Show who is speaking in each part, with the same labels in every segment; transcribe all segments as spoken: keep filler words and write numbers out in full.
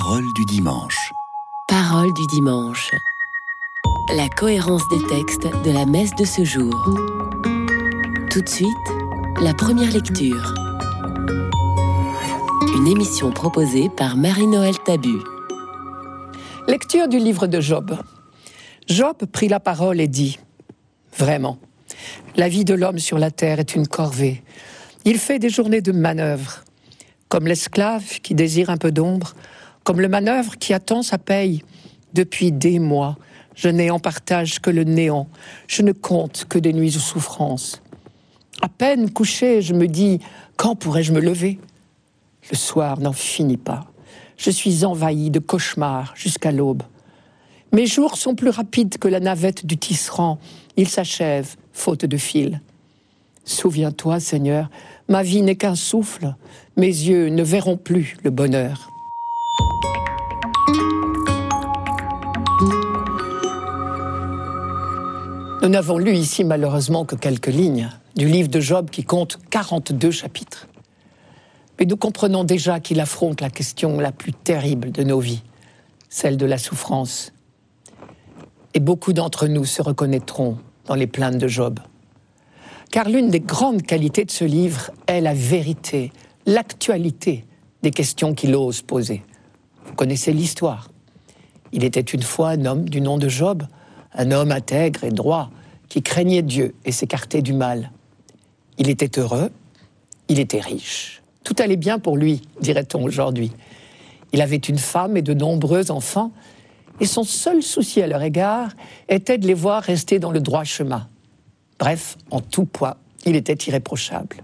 Speaker 1: Parole du dimanche.
Speaker 2: Parole du dimanche. La cohérence des textes de la messe de ce jour. Tout de suite, la première lecture. Une émission proposée par Marie-Noël Tabu.
Speaker 3: Lecture du livre de Job. Job prit la parole et dit « Vraiment, la vie de l'homme sur la terre est une corvée. Il fait des journées de manœuvre. Comme l'esclave qui désire un peu d'ombre, comme le manœuvre qui attend sa paye. Depuis des mois, je n'ai en partage que le néant. Je ne compte que des nuits de souffrance. À peine couché, je me dis « Quand pourrais-je me lever ?» Le soir n'en finit pas. Je suis envahi de cauchemars jusqu'à l'aube. Mes jours sont plus rapides que la navette du tisserand. Ils s'achèvent, faute de fil. Souviens-toi, Seigneur, ma vie n'est qu'un souffle. Mes yeux ne verront plus le bonheur. Nous n'avons lu ici malheureusement que quelques lignes du livre de Job qui compte quarante-deux chapitres. Mais nous comprenons déjà qu'il affronte la question la plus terrible de nos vies, celle de la souffrance. Et beaucoup d'entre nous se reconnaîtront dans les plaintes de Job. Car l'une des grandes qualités de ce livre est la vérité, l'actualité des questions qu'il ose poser. Vous connaissez l'histoire. Il était une fois un homme du nom de Job, un homme intègre et droit, qui craignait Dieu et s'écartait du mal. Il était heureux, il était riche. Tout allait bien pour lui, dirait-on aujourd'hui. Il avait une femme et de nombreux enfants, et son seul souci à leur égard était de les voir rester dans le droit chemin. Bref, en tout point, il était irréprochable.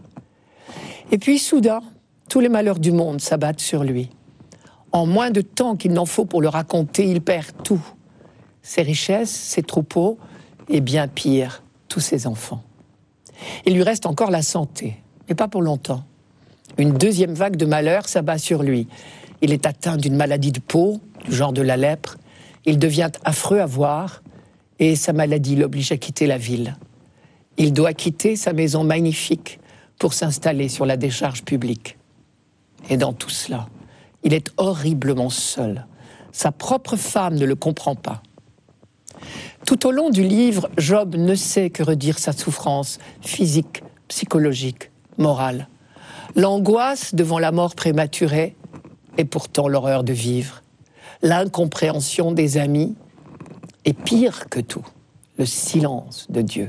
Speaker 3: Et puis, soudain, tous les malheurs du monde s'abattent sur lui. En moins de temps qu'il n'en faut pour le raconter, il perd tout. Ses richesses, ses troupeaux, et bien pire, tous ses enfants. Il lui reste encore la santé, mais pas pour longtemps. Une deuxième vague de malheur s'abat sur lui. Il est atteint d'une maladie de peau, du genre de la lèpre. Il devient affreux à voir, et sa maladie l'oblige à quitter la ville. Il doit quitter sa maison magnifique pour s'installer sur la décharge publique. Et dans tout cela, il est horriblement seul. Sa propre femme ne le comprend pas. Tout au long du livre, Job ne sait que redire sa souffrance physique, psychologique, morale. L'angoisse devant la mort prématurée et pourtant l'horreur de vivre. L'incompréhension des amis et pire que tout, le silence de Dieu.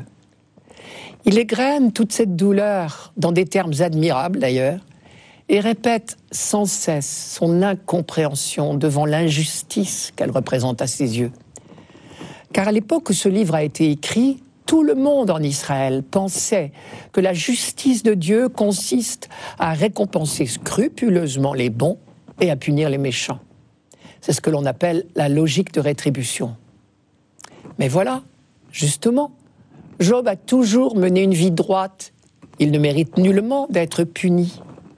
Speaker 3: Il égrène toute cette douleur, dans des termes admirables d'ailleurs, et répète sans cesse son incompréhension devant l'injustice qu'elle représente à ses yeux. Car à l'époque où ce livre a été écrit, tout le monde en Israël pensait que la justice de Dieu consiste à récompenser scrupuleusement les bons et à punir les méchants. C'est ce que l'on appelle la logique de rétribution. Mais voilà, justement, Job a toujours mené une vie droite. Il ne mérite nullement d'être puni.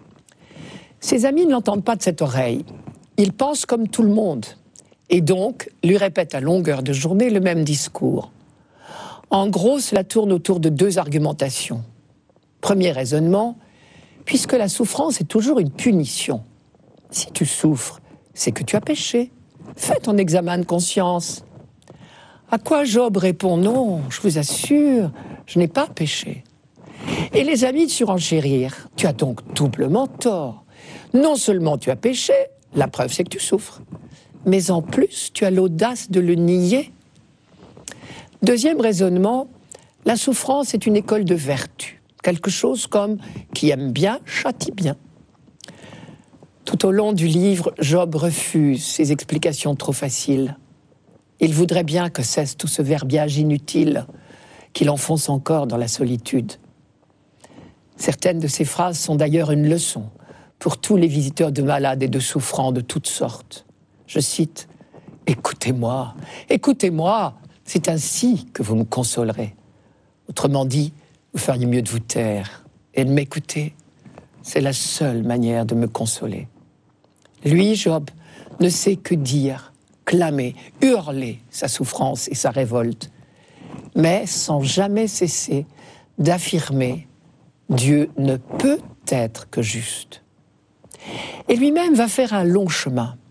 Speaker 3: Ses amis ne l'entendent pas de cette oreille. Ils pensent comme tout le monde et donc lui répètent à longueur de journée le même discours. En gros, cela tourne autour de deux argumentations. Premier raisonnement, puisque la souffrance est toujours une punition. Si tu souffres, c'est que tu as péché. Fais ton examen de conscience. À quoi Job répond « Non, je vous assure, je n'ai pas péché ». Et les amis surenchérirent « Tu as donc doublement tort. Non seulement tu as péché, la preuve c'est que tu souffres, mais en plus tu as l'audace de le nier. » Deuxième raisonnement, la souffrance est une école de vertu. Quelque chose comme « qui aime bien, châtie bien ». Tout au long du livre, Job refuse ces explications trop faciles. Il voudrait bien que cesse tout ce verbiage inutile qui l'enfonce encore dans la solitude. Certaines de ces phrases sont d'ailleurs une leçon pour tous les visiteurs de malades et de souffrants de toutes sortes. Je cite « Écoutez-moi, écoutez-moi, c'est ainsi que vous me consolerez. » Autrement dit, vous feriez mieux de vous taire et de m'écouter. C'est la seule manière de me consoler. Lui, Job, ne sait que dire, clamer, hurler sa souffrance et sa révolte, mais sans jamais cesser d'affirmer « Dieu ne peut être que juste ». Et lui-même va faire un long chemin.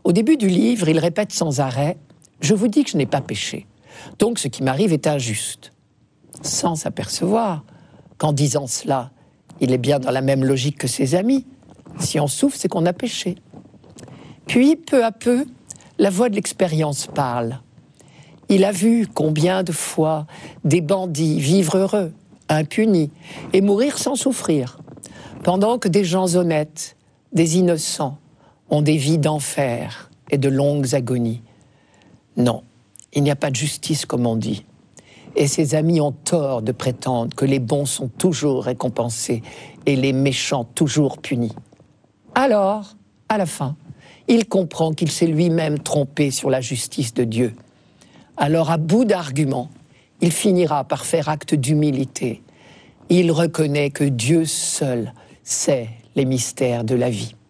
Speaker 3: Au début du livre, il répète sans arrêt « Je vous dis que je n'ai pas péché, donc ce qui m'arrive est injuste », sans s'apercevoir qu'en disant cela, il est bien dans la même logique que ses amis. Si on souffre, c'est qu'on a péché. Puis, peu à peu, la voix de l'expérience parle. Il a vu combien de fois des bandits vivre heureux, impunis, et mourir sans souffrir, pendant que des gens honnêtes, des innocents, ont des vies d'enfer et de longues agonies. Non, il n'y a pas de justice comme on dit. Et ses amis ont tort de prétendre que les bons sont toujours récompensés et les méchants toujours punis. Alors, à la fin, il comprend qu'il s'est lui-même trompé sur la justice de Dieu. Alors, à bout d'arguments, il finira par faire acte d'humilité. Il reconnaît que Dieu seul sait les mystères de la vie.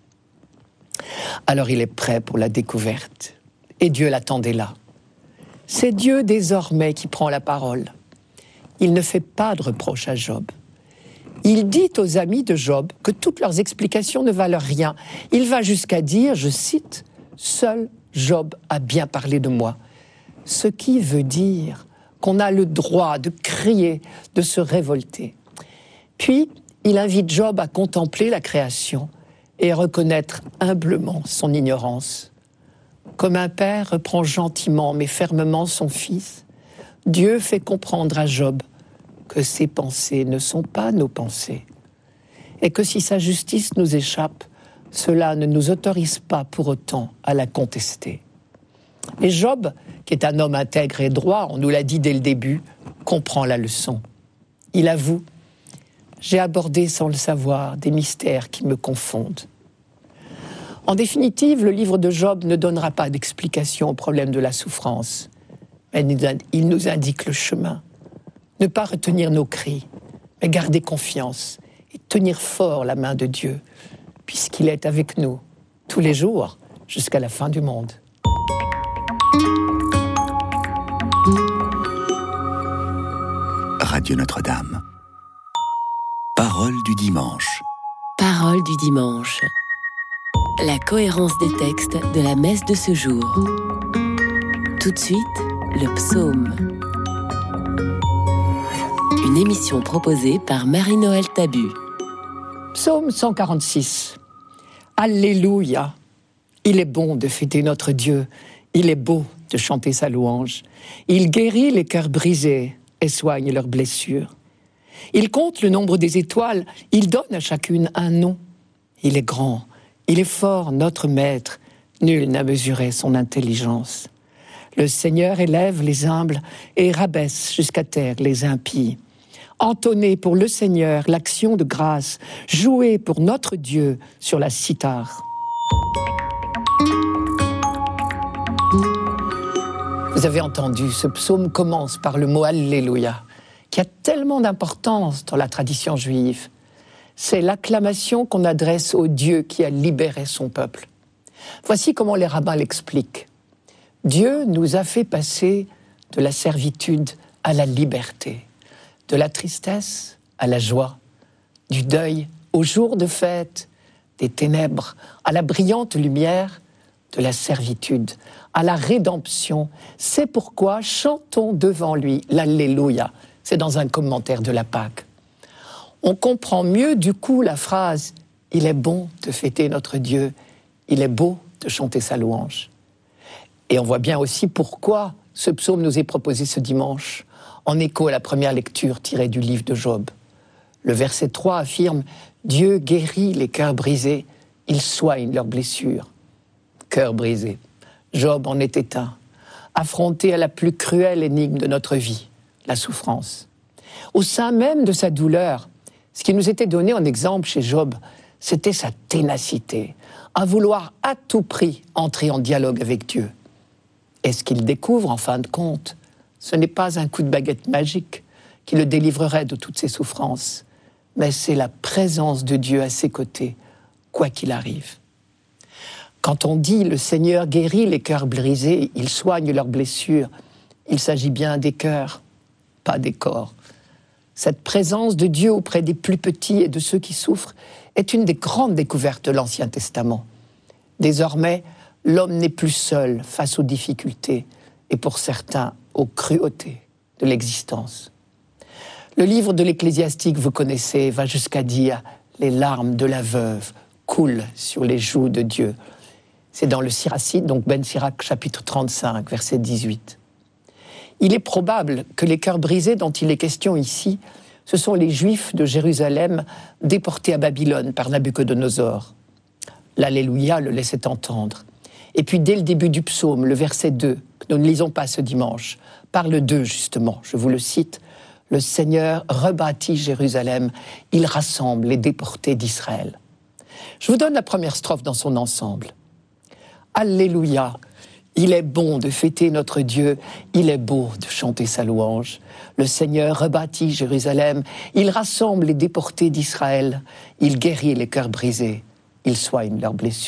Speaker 3: Alors il est prêt pour la découverte. Et Dieu l'attendait là. C'est Dieu désormais qui prend la parole. Il ne fait pas de reproche à Job. Il dit aux amis de Job que toutes leurs explications ne valent rien. Il va jusqu'à dire, je cite, « Seul Job a bien parlé de moi ». Ce qui veut dire qu'on a le droit de crier, de se révolter. Puis, il invite Job à contempler la création et reconnaître humblement son ignorance. Comme un père reprend gentiment mais fermement son fils, Dieu fait comprendre à Job que ses pensées ne sont pas nos pensées et que si sa justice nous échappe, cela ne nous autorise pas pour autant à la contester. Et Job, qui est un homme intègre et droit, on nous l'a dit dès le début, comprend la leçon. Il avoue « J'ai abordé sans le savoir des mystères qui me confondent ». En définitive, le livre de Job ne donnera pas d'explication au problème de la souffrance, mais il nous indique le chemin. Ne pas retenir nos cris, mais garder confiance et tenir fort la main de Dieu, puisqu'il est avec nous tous les jours jusqu'à la fin du monde.
Speaker 1: Radio Notre-Dame. Parole du dimanche.
Speaker 2: Parole du dimanche. La cohérence des textes de la messe de ce jour. Tout de suite, le psaume. Une émission proposée par Marie-Noël Tabu.
Speaker 3: Psaume cent quarante-six. Alléluia. Il est bon de fêter notre Dieu. Il est beau de chanter sa louange. Il guérit les cœurs brisés et soigne leurs blessures. Il compte le nombre des étoiles. Il donne à chacune un nom. Il est grand. Il est fort, notre maître, nul n'a mesuré son intelligence. Le Seigneur élève les humbles et rabaisse jusqu'à terre les impies. Entonnez pour le Seigneur l'action de grâce, jouez pour notre Dieu sur la cithare. Vous avez entendu, ce psaume commence par le mot « Alléluia », qui a tellement d'importance dans la tradition juive. C'est l'acclamation qu'on adresse au Dieu qui a libéré son peuple. Voici comment les rabbins l'expliquent. Dieu nous a fait passer de la servitude à la liberté, de la tristesse à la joie, du deuil au jour de fête, des ténèbres à la brillante lumière, de la servitude à la rédemption. C'est pourquoi chantons devant lui l'Alléluia. C'est dans un commentaire de la Pâque. On comprend mieux du coup la phrase « Il est bon de fêter notre Dieu, il est beau de chanter sa louange ». Et on voit bien aussi pourquoi ce psaume nous est proposé ce dimanche, en écho à la première lecture tirée du livre de Job. Le verset trois affirme « Dieu guérit les cœurs brisés, il soigne leurs blessures ». Cœur brisé, Job en était un, affronté à la plus cruelle énigme de notre vie, la souffrance. Au sein même de sa douleur, ce qui nous était donné en exemple chez Job, c'était sa ténacité, à vouloir à tout prix entrer en dialogue avec Dieu. Et ce qu'il découvre en fin de compte, ce n'est pas un coup de baguette magique qui le délivrerait de toutes ses souffrances, mais c'est la présence de Dieu à ses côtés, quoi qu'il arrive. Quand on dit « le Seigneur guérit les cœurs brisés, il soigne leurs blessures », il s'agit bien des cœurs, pas des corps. Cette présence de Dieu auprès des plus petits et de ceux qui souffrent est une des grandes découvertes de l'Ancien Testament. Désormais, l'homme n'est plus seul face aux difficultés et pour certains aux cruautés de l'existence. Le livre de l'Ecclésiastique, vous connaissez, va jusqu'à dire « les larmes de la veuve coulent sur les joues de Dieu ». C'est dans le Siracide, donc Ben Sirac, chapitre trente-cinq, verset dix-huit. Il est probable que les cœurs brisés dont il est question ici, ce sont les Juifs de Jérusalem déportés à Babylone par Nabuchodonosor. L'Alléluia le laissait entendre. Et puis dès le début du psaume, le verset deux, que nous ne lisons pas ce dimanche, parle d'eux justement, je vous le cite, « Le Seigneur rebâtit Jérusalem, il rassemble les déportés d'Israël. » Je vous donne la première strophe dans son ensemble. « Alléluia, il est bon de fêter notre Dieu, il est beau de chanter sa louange. Le Seigneur rebâtit Jérusalem, il rassemble les déportés d'Israël, il guérit les cœurs brisés, il soigne leurs blessures. »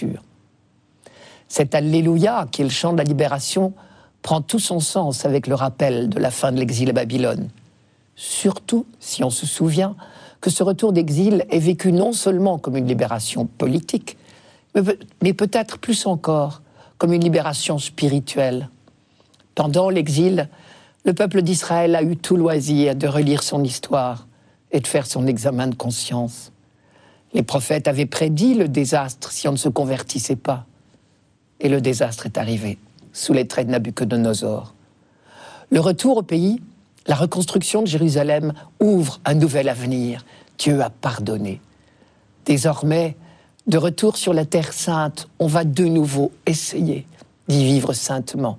Speaker 3: Cet Alléluia, qui est le chant de la libération, prend tout son sens avec le rappel de la fin de l'exil à Babylone. Surtout si on se souvient que ce retour d'exil est vécu non seulement comme une libération politique, mais peut-être plus encore comme une libération spirituelle. Pendant l'exil, le peuple d'Israël a eu tout loisir de relire son histoire et de faire son examen de conscience. Les prophètes avaient prédit le désastre si on ne se convertissait pas. Et le désastre est arrivé, sous les traits de Nabuchodonosor. Le retour au pays, la reconstruction de Jérusalem ouvre un nouvel avenir. Dieu a pardonné. Désormais, de retour sur la terre sainte, on va de nouveau essayer d'y vivre saintement.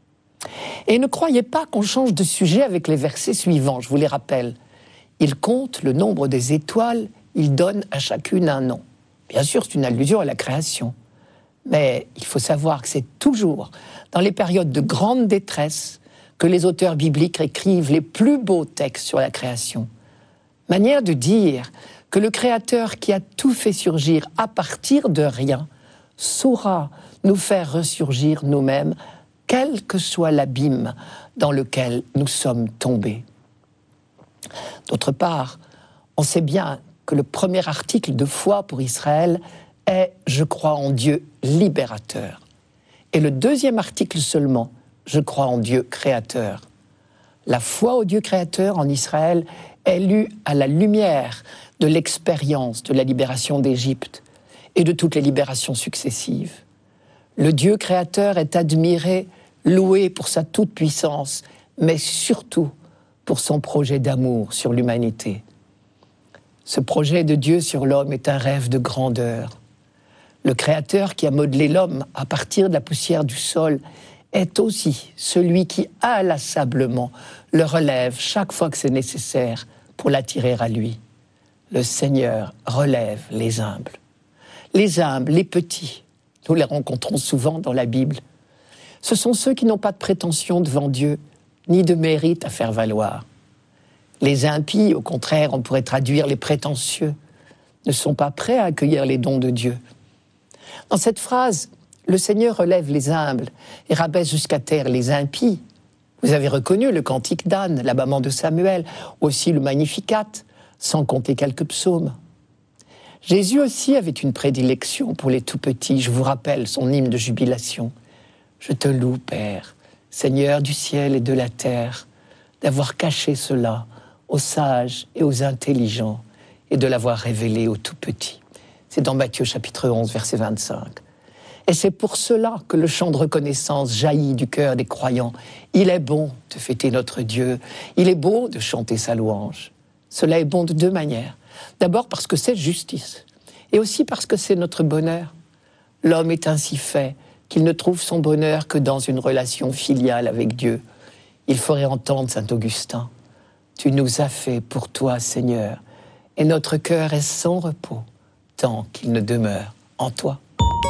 Speaker 3: Et ne croyez pas qu'on change de sujet avec les versets suivants, je vous les rappelle. Il compte le nombre des étoiles, il donne à chacune un nom. Bien sûr, c'est une allusion à la création. Mais il faut savoir que c'est toujours dans les périodes de grande détresse que les auteurs bibliques écrivent les plus beaux textes sur la création. Manière de dire que le Créateur qui a tout fait surgir à partir de rien saura nous faire ressurgir nous-mêmes, quel que soit l'abîme dans lequel nous sommes tombés. D'autre part, on sait bien que le premier article de foi pour Israël est « Je crois en Dieu libérateur ». Et le deuxième article seulement, « Je crois en Dieu créateur ». La foi au Dieu créateur en Israël est lue à la lumière de l'expérience de la libération d'Égypte et de toutes les libérations successives. Le Dieu créateur est admiré, loué pour sa toute-puissance, mais surtout pour son projet d'amour sur l'humanité. Ce projet de Dieu sur l'homme est un rêve de grandeur. Le Créateur qui a modelé l'homme à partir de la poussière du sol est aussi celui qui inlassablement le relève chaque fois que c'est nécessaire pour l'attirer à lui. Le Seigneur relève les humbles. Les humbles, les petits, nous les rencontrons souvent dans la Bible. Ce sont ceux qui n'ont pas de prétention devant Dieu, ni de mérite à faire valoir. Les impies, au contraire, on pourrait traduire les prétentieux, ne sont pas prêts à accueillir les dons de Dieu. Dans cette phrase, le Seigneur relève les humbles et rabaisse jusqu'à terre les impies. Vous avez reconnu le cantique d'Anne, la maman de Samuel, aussi le Magnificat, sans compter quelques psaumes. Jésus aussi avait une prédilection pour les tout-petits. Je vous rappelle son hymne de jubilation. « Je te loue, Père, Seigneur du ciel et de la terre, d'avoir caché cela aux sages et aux intelligents et de l'avoir révélé aux tout-petits. » C'est dans Matthieu chapitre onze, verset vingt-cinq. Et c'est pour cela que le chant de reconnaissance jaillit du cœur des croyants. Il est bon de fêter notre Dieu, il est beau de chanter sa louange. Cela est bon de deux manières. D'abord parce que c'est justice, et aussi parce que c'est notre bonheur. L'homme est ainsi fait qu'il ne trouve son bonheur que dans une relation filiale avec Dieu. Il faudrait entendre saint Augustin. Tu nous as fait pour toi, Seigneur, et notre cœur est sans repos, tant qu'il ne demeure en toi.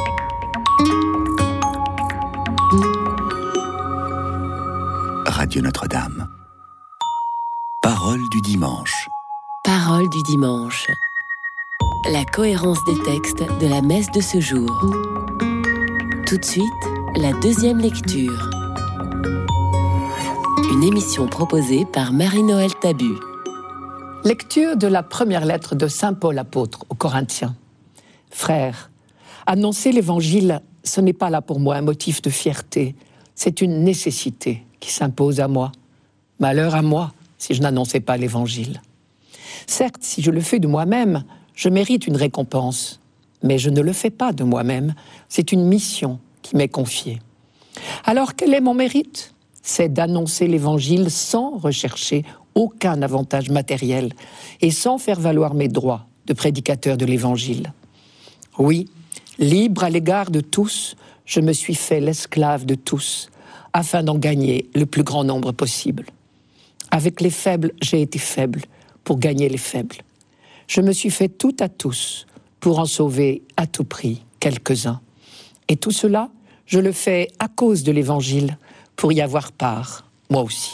Speaker 1: Radio Notre-Dame. Parole du dimanche.
Speaker 2: Parole du dimanche. La cohérence des textes de la messe de ce jour. Tout de suite, la deuxième lecture. Une émission proposée par Marie-Noël Tabu.
Speaker 3: Lecture de la première lettre de saint Paul apôtre aux Corinthiens. Frères, annoncez l'évangile ce n'est pas là pour moi un motif de fierté, c'est une nécessité qui s'impose à moi. Malheur à moi si je n'annonçais pas l'Évangile. Certes, si je le fais de moi-même, je mérite une récompense, mais je ne le fais pas de moi-même, c'est une mission qui m'est confiée. Alors quel est mon mérite ? C'est d'annoncer l'Évangile sans rechercher aucun avantage matériel et sans faire valoir mes droits de prédicateur de l'Évangile. Oui, libre à l'égard de tous, je me suis fait l'esclave de tous, afin d'en gagner le plus grand nombre possible. Avec les faibles, j'ai été faible pour gagner les faibles. Je me suis fait tout à tous pour en sauver à tout prix quelques-uns. Et tout cela, je le fais à cause de l'Évangile, pour y avoir part, moi aussi.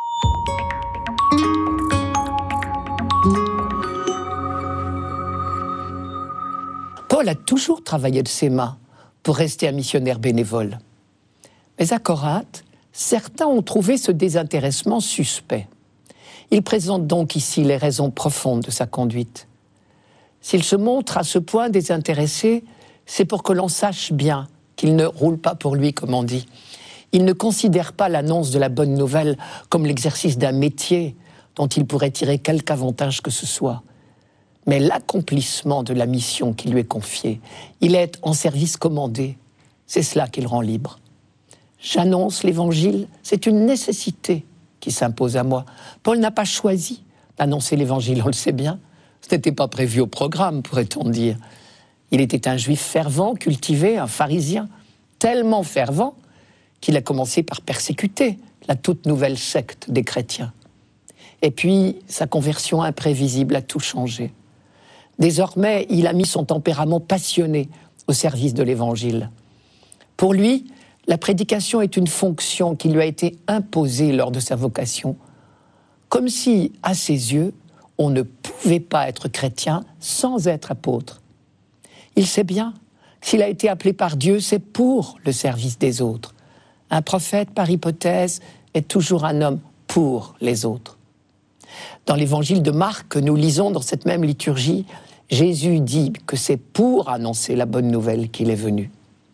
Speaker 3: Paul a toujours travaillé de ses mains pour rester un missionnaire bénévole. Mais à Corinthe, certains ont trouvé ce désintéressement suspect. Il présente donc ici les raisons profondes de sa conduite. S'il se montre à ce point désintéressé, c'est pour que l'on sache bien qu'il ne roule pas pour lui, comme on dit. Il ne considère pas l'annonce de la bonne nouvelle comme l'exercice d'un métier dont il pourrait tirer quelque avantage que ce soit, mais l'accomplissement de la mission qui lui est confiée. Il est en service commandé, c'est cela qui le rend libre. J'annonce l'Évangile, c'est une nécessité qui s'impose à moi. Paul n'a pas choisi d'annoncer l'Évangile, on le sait bien. Ce n'était pas prévu au programme, pourrait-on dire. Il était un juif fervent, cultivé, un pharisien, tellement fervent qu'il a commencé par persécuter la toute nouvelle secte des chrétiens. Et puis, sa conversion imprévisible a tout changé. Désormais, il a mis son tempérament passionné au service de l'Évangile. Pour lui, la prédication est une fonction qui lui a été imposée lors de sa vocation, comme si, à ses yeux, on ne pouvait pas être chrétien sans être apôtre. Il sait bien que s'il a été appelé par Dieu, c'est pour le service des autres. Un prophète, par hypothèse, est toujours un homme pour les autres. Dans l'évangile de Marc que nous lisons dans cette même liturgie, Jésus dit que c'est pour annoncer la bonne nouvelle qu'il est venu.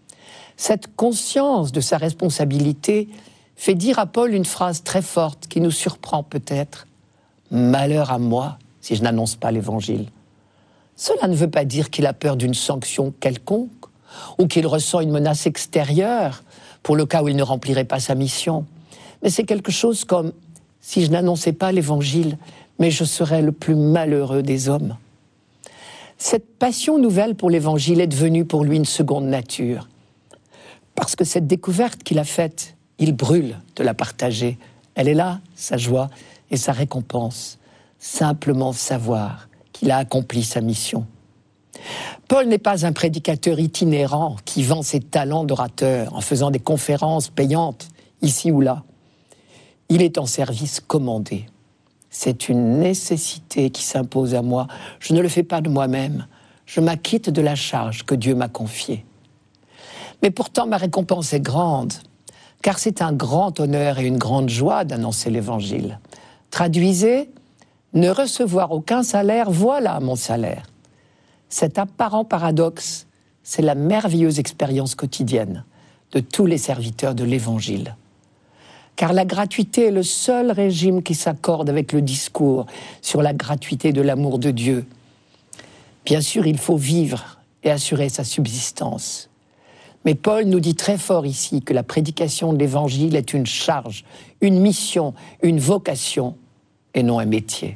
Speaker 3: Cette conscience de sa responsabilité fait dire à Paul une phrase très forte qui nous surprend peut-être. « Malheur à moi si je n'annonce pas l'évangile ». Cela ne veut pas dire qu'il a peur d'une sanction quelconque ou qu'il ressent une menace extérieure pour le cas où il ne remplirait pas sa mission. Mais c'est quelque chose comme « si je n'annonçais pas l'évangile, mais je serais le plus malheureux des hommes ». Cette passion nouvelle pour l'évangile est devenue pour lui une seconde nature. Parce que cette découverte qu'il a faite, il brûle de la partager. Elle est là, sa joie et sa récompense. Simplement savoir qu'il a accompli sa mission. Paul n'est pas un prédicateur itinérant qui vend ses talents d'orateur en faisant des conférences payantes ici ou là. Il est en service commandé. C'est une nécessité qui s'impose à moi. Je ne le fais pas de moi-même. Je m'acquitte de la charge que Dieu m'a confiée. Mais pourtant, ma récompense est grande, car c'est un grand honneur et une grande joie d'annoncer l'Évangile. Traduisez, ne recevoir aucun salaire, voilà mon salaire. Cet apparent paradoxe, c'est la merveilleuse expérience quotidienne de tous les serviteurs de l'Évangile. Car la gratuité est le seul régime qui s'accorde avec le discours sur la gratuité de l'amour de Dieu. Bien sûr, il faut vivre et assurer sa subsistance. Mais Paul nous dit très fort ici que la prédication de l'Évangile est une charge, une mission, une vocation et non un métier.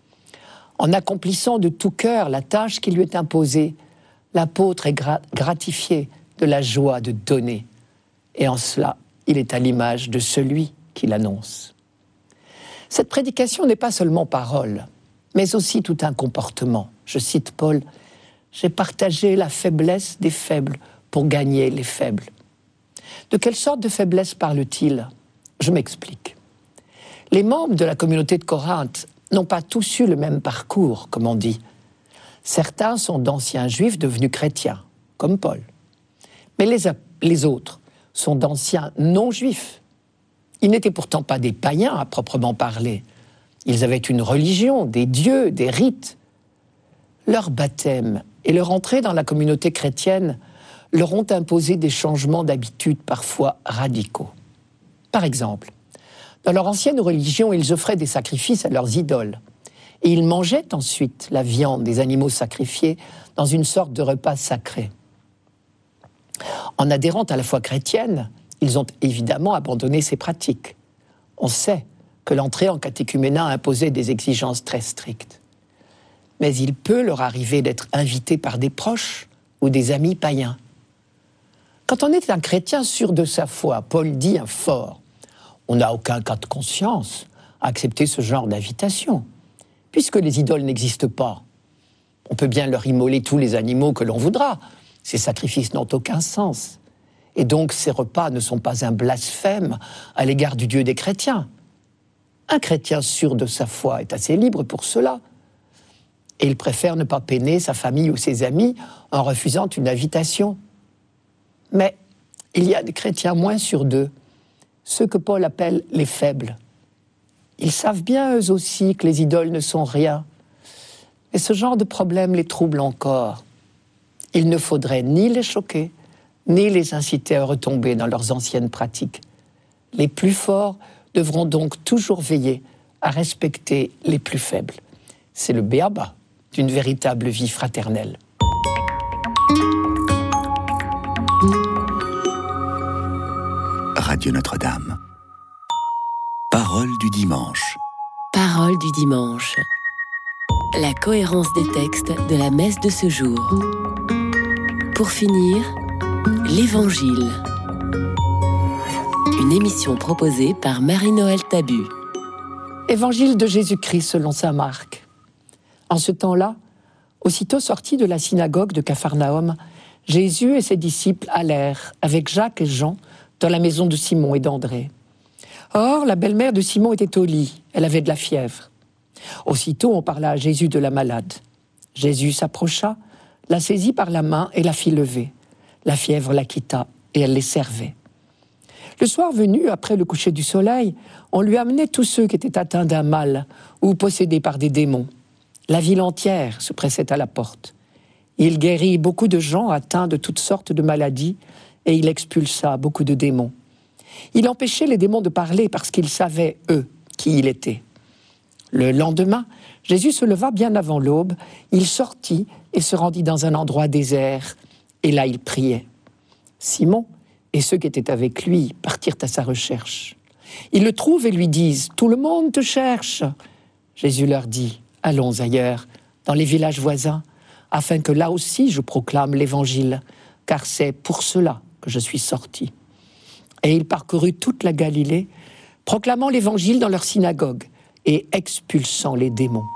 Speaker 3: En accomplissant de tout cœur la tâche qui lui est imposée, l'apôtre est gra- gratifié de la joie de donner. Et en cela, il est à l'image de celui qui l'annonce. Cette prédication n'est pas seulement parole, mais aussi tout un comportement. Je cite Paul, « J'ai partagé la faiblesse des faibles pour gagner les faibles. » De quelle sorte de faiblesse parle-t-il ? Je m'explique. Les membres de la communauté de Corinthe n'ont pas tous eu le même parcours, comme on dit. Certains sont d'anciens juifs devenus chrétiens, comme Paul. Mais les, les autres sont d'anciens non-juifs. Ils n'étaient pourtant pas des païens à proprement parler. Ils avaient une religion, des dieux, des rites. Leur baptême et leur entrée dans la communauté chrétienne leur ont imposé des changements d'habitude parfois radicaux. Par exemple, dans leur ancienne religion, ils offraient des sacrifices à leurs idoles. Et ils mangeaient ensuite la viande des animaux sacrifiés dans une sorte de repas sacré. En adhérant à la foi chrétienne, ils ont évidemment abandonné ces pratiques. On sait que l'entrée en catéchuménat imposait des exigences très strictes. Mais il peut leur arriver d'être invités par des proches ou des amis païens. Quand on est un chrétien sûr de sa foi, Paul dit un fort, on n'a aucun cas de conscience à accepter ce genre d'invitation, puisque les idoles n'existent pas. On peut bien leur immoler tous les animaux que l'on voudra, ces sacrifices n'ont aucun sens. Et donc ces repas ne sont pas un blasphème à l'égard du Dieu des chrétiens. Un chrétien sûr de sa foi est assez libre pour cela. Et il préfère ne pas peiner sa famille ou ses amis en refusant une invitation. Mais il y a des chrétiens moins sûrs d'eux, ceux que Paul appelle les faibles. Ils savent bien eux aussi que les idoles ne sont rien. Et ce genre de problème les trouble encore. Il ne faudrait ni les choquer, ni les inciter à retomber dans leurs anciennes pratiques. Les plus forts devront donc toujours veiller à respecter les plus faibles. C'est le b.a.-ba d'une véritable vie fraternelle.
Speaker 1: Radio Notre-Dame. Parole du dimanche.
Speaker 2: Parole du dimanche. La cohérence des textes de la messe de ce jour. Pour finir, l'Évangile. Une émission proposée par Marie-Noël Tabu.
Speaker 3: Évangile de Jésus-Christ selon saint Marc. En ce temps-là, aussitôt sortis de la synagogue de Capharnaüm, Jésus et ses disciples allèrent, avec Jacques et Jean, dans la maison de Simon et d'André. Or, la belle-mère de Simon était au lit, elle avait de la fièvre. Aussitôt, on parla à Jésus de la malade. Jésus s'approcha, la saisit par la main et la fit lever. La fièvre la quitta et elle les servait. Le soir venu, après le coucher du soleil, on lui amenait tous ceux qui étaient atteints d'un mal ou possédés par des démons. La ville entière se pressait à la porte. Il guérit beaucoup de gens atteints de toutes sortes de maladies et il expulsa beaucoup de démons. Il empêchait les démons de parler parce qu'ils savaient, eux, qui il était. Le lendemain, Jésus se leva bien avant l'aube, il sortit et se rendit dans un endroit désert, et là il priait. Simon et ceux qui étaient avec lui partirent à sa recherche. Ils le trouvent et lui disent « Tout le monde te cherche !» Jésus leur dit « Allons ailleurs, dans les villages voisins, afin que là aussi je proclame l'Évangile, car c'est pour cela que je suis sorti. » Et il parcourut toute la Galilée, proclamant l'Évangile dans leur synagogue et expulsant les démons.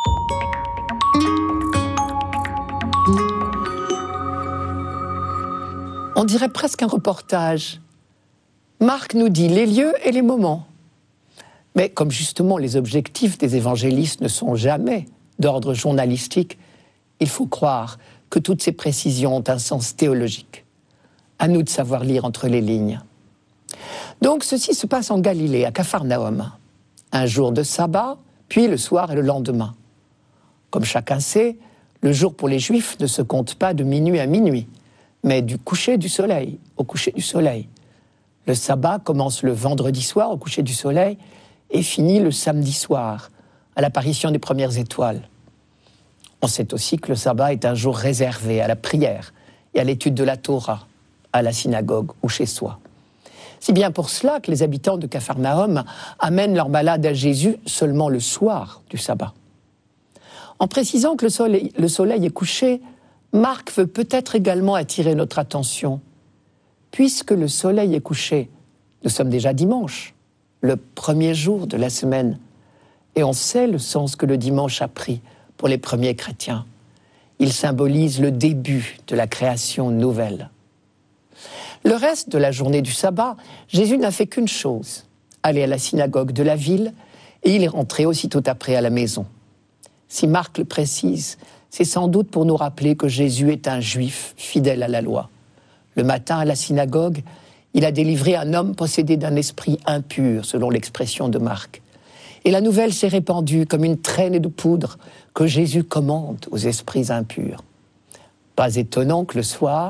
Speaker 3: On dirait presque un reportage. Marc nous dit les lieux et les moments. Mais comme justement les objectifs des évangélistes ne sont jamais d'ordre journalistique, il faut croire que toutes ces précisions ont un sens théologique. À nous de savoir lire entre les lignes. Donc ceci se passe en Galilée, à Capharnaüm. Un jour de sabbat, puis le soir et le lendemain. Comme chacun sait, le jour pour les Juifs ne se compte pas de minuit à minuit, mais du coucher du soleil au coucher du soleil. Le sabbat commence le vendredi soir au coucher du soleil et finit le samedi soir, à l'apparition des premières étoiles. On sait aussi que le sabbat est un jour réservé à la prière et à l'étude de la Torah, à la synagogue ou chez soi. C'est bien pour cela que les habitants de Capharnaüm amènent leurs malades à Jésus seulement le soir du sabbat. En précisant que le soleil, le soleil est couché, Marc veut peut-être également attirer notre attention. Puisque le soleil est couché, nous sommes déjà dimanche, le premier jour de la semaine, et on sait le sens que le dimanche a pris pour les premiers chrétiens. Il symbolise le début de la création nouvelle. Le reste de la journée du sabbat, Jésus n'a fait qu'une chose, aller à la synagogue de la ville, et il est rentré aussitôt après à la maison. Si Marc le précise, c'est sans doute pour nous rappeler que Jésus est un juif fidèle à la loi. Le matin, à la synagogue, il a délivré un homme possédé d'un esprit impur, selon l'expression de Marc. Et la nouvelle s'est répandue comme une traînée de poudre que Jésus commande aux esprits impurs. Pas étonnant que le soir,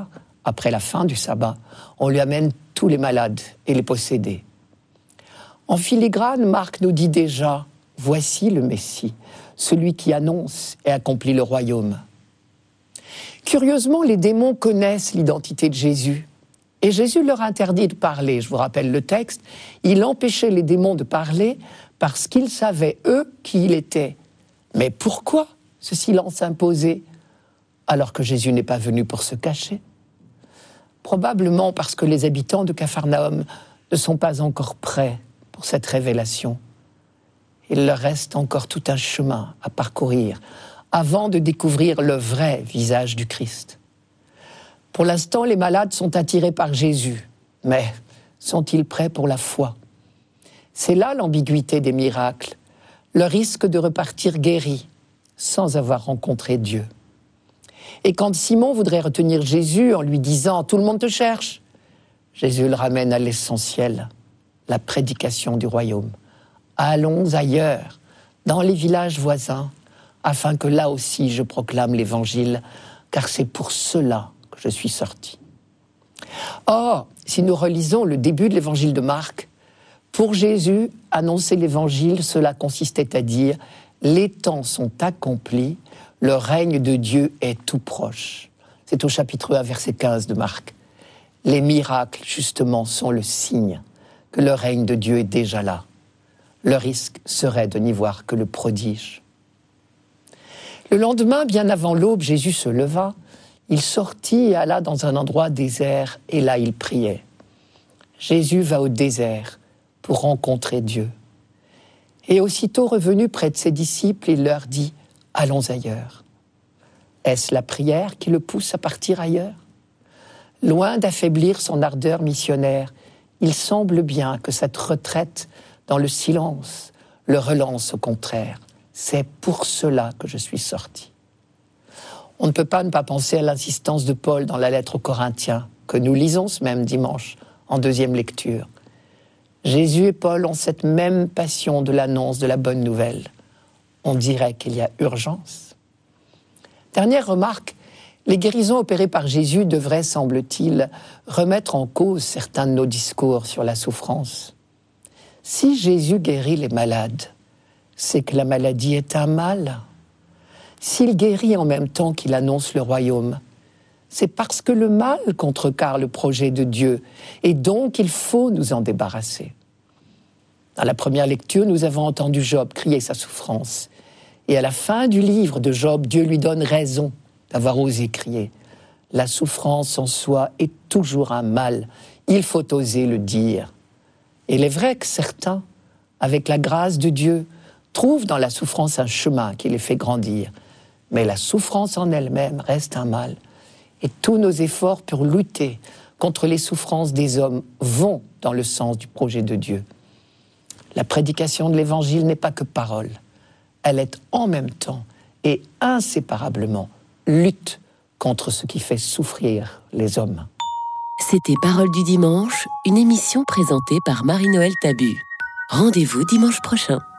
Speaker 3: Après la fin du sabbat, on lui amène tous les malades et les possédés. En filigrane, Marc nous dit déjà « Voici le Messie, celui qui annonce et accomplit le royaume ». Curieusement, les démons connaissent l'identité de Jésus. Et Jésus leur interdit de parler. Je vous rappelle le texte. Il empêchait les démons de parler parce qu'ils savaient, eux, qui il était. Mais pourquoi ce silence imposé alors que Jésus n'est pas venu pour se cacher ? Probablement parce que les habitants de Capharnaüm ne sont pas encore prêts pour cette révélation. Il leur reste encore tout un chemin à parcourir avant de découvrir le vrai visage du Christ. Pour l'instant, les malades sont attirés par Jésus, mais sont-ils prêts pour la foi ? C'est là l'ambiguïté des miracles, le risque de repartir guéris sans avoir rencontré Dieu. Et quand Simon voudrait retenir Jésus en lui disant « Tout le monde te cherche », Jésus le ramène à l'essentiel, la prédication du royaume. Allons ailleurs, dans les villages voisins, afin que là aussi je proclame l'évangile, car c'est pour cela que je suis sorti. Or, si nous relisons le début de l'évangile de Marc, pour Jésus, annoncer l'évangile, cela consistait à dire « Les temps sont accomplis, le règne de Dieu est tout proche ». C'est au chapitre un, verset quinze de Marc. Les miracles, justement, sont le signe que le règne de Dieu est déjà là. Le risque serait de n'y voir que le prodige. Le lendemain, bien avant l'aube, Jésus se leva, il sortit et alla dans un endroit désert, et là il priait. Jésus va au désert pour rencontrer Dieu. Et aussitôt revenu près de ses disciples, il leur dit « Allons ailleurs ». Est-ce la prière qui le pousse à partir ailleurs ? Loin d'affaiblir son ardeur missionnaire, il semble bien que cette retraite dans le silence le relance au contraire. C'est pour cela que je suis sorti. On ne peut pas ne pas penser à l'insistance de Paul dans la lettre aux Corinthiens, que nous lisons ce même dimanche, en deuxième lecture. Jésus et Paul ont cette même passion de l'annonce de la bonne nouvelle. On dirait qu'il y a urgence. Dernière remarque, les guérisons opérées par Jésus devraient, semble-t-il, remettre en cause certains de nos discours sur la souffrance. Si Jésus guérit les malades, c'est que la maladie est un mal. S'il guérit en même temps qu'il annonce le royaume, c'est parce que le mal contrecarre le projet de Dieu, et donc il faut nous en débarrasser. Dans la première lecture, nous avons entendu Job crier sa souffrance. Et à la fin du livre de Job, Dieu lui donne raison d'avoir osé crier. La souffrance en soi est toujours un mal, il faut oser le dire. Et il est vrai que certains, avec la grâce de Dieu, trouvent dans la souffrance un chemin qui les fait grandir. Mais la souffrance en elle-même reste un mal. Et tous nos efforts pour lutter contre les souffrances des hommes vont dans le sens du projet de Dieu. La prédication de l'Évangile n'est pas que parole. Elle est en même temps et inséparablement lutte contre ce qui fait souffrir les hommes.
Speaker 2: C'était Parole du dimanche, une émission présentée par Marie-Noël Tabu. Rendez-vous dimanche prochain.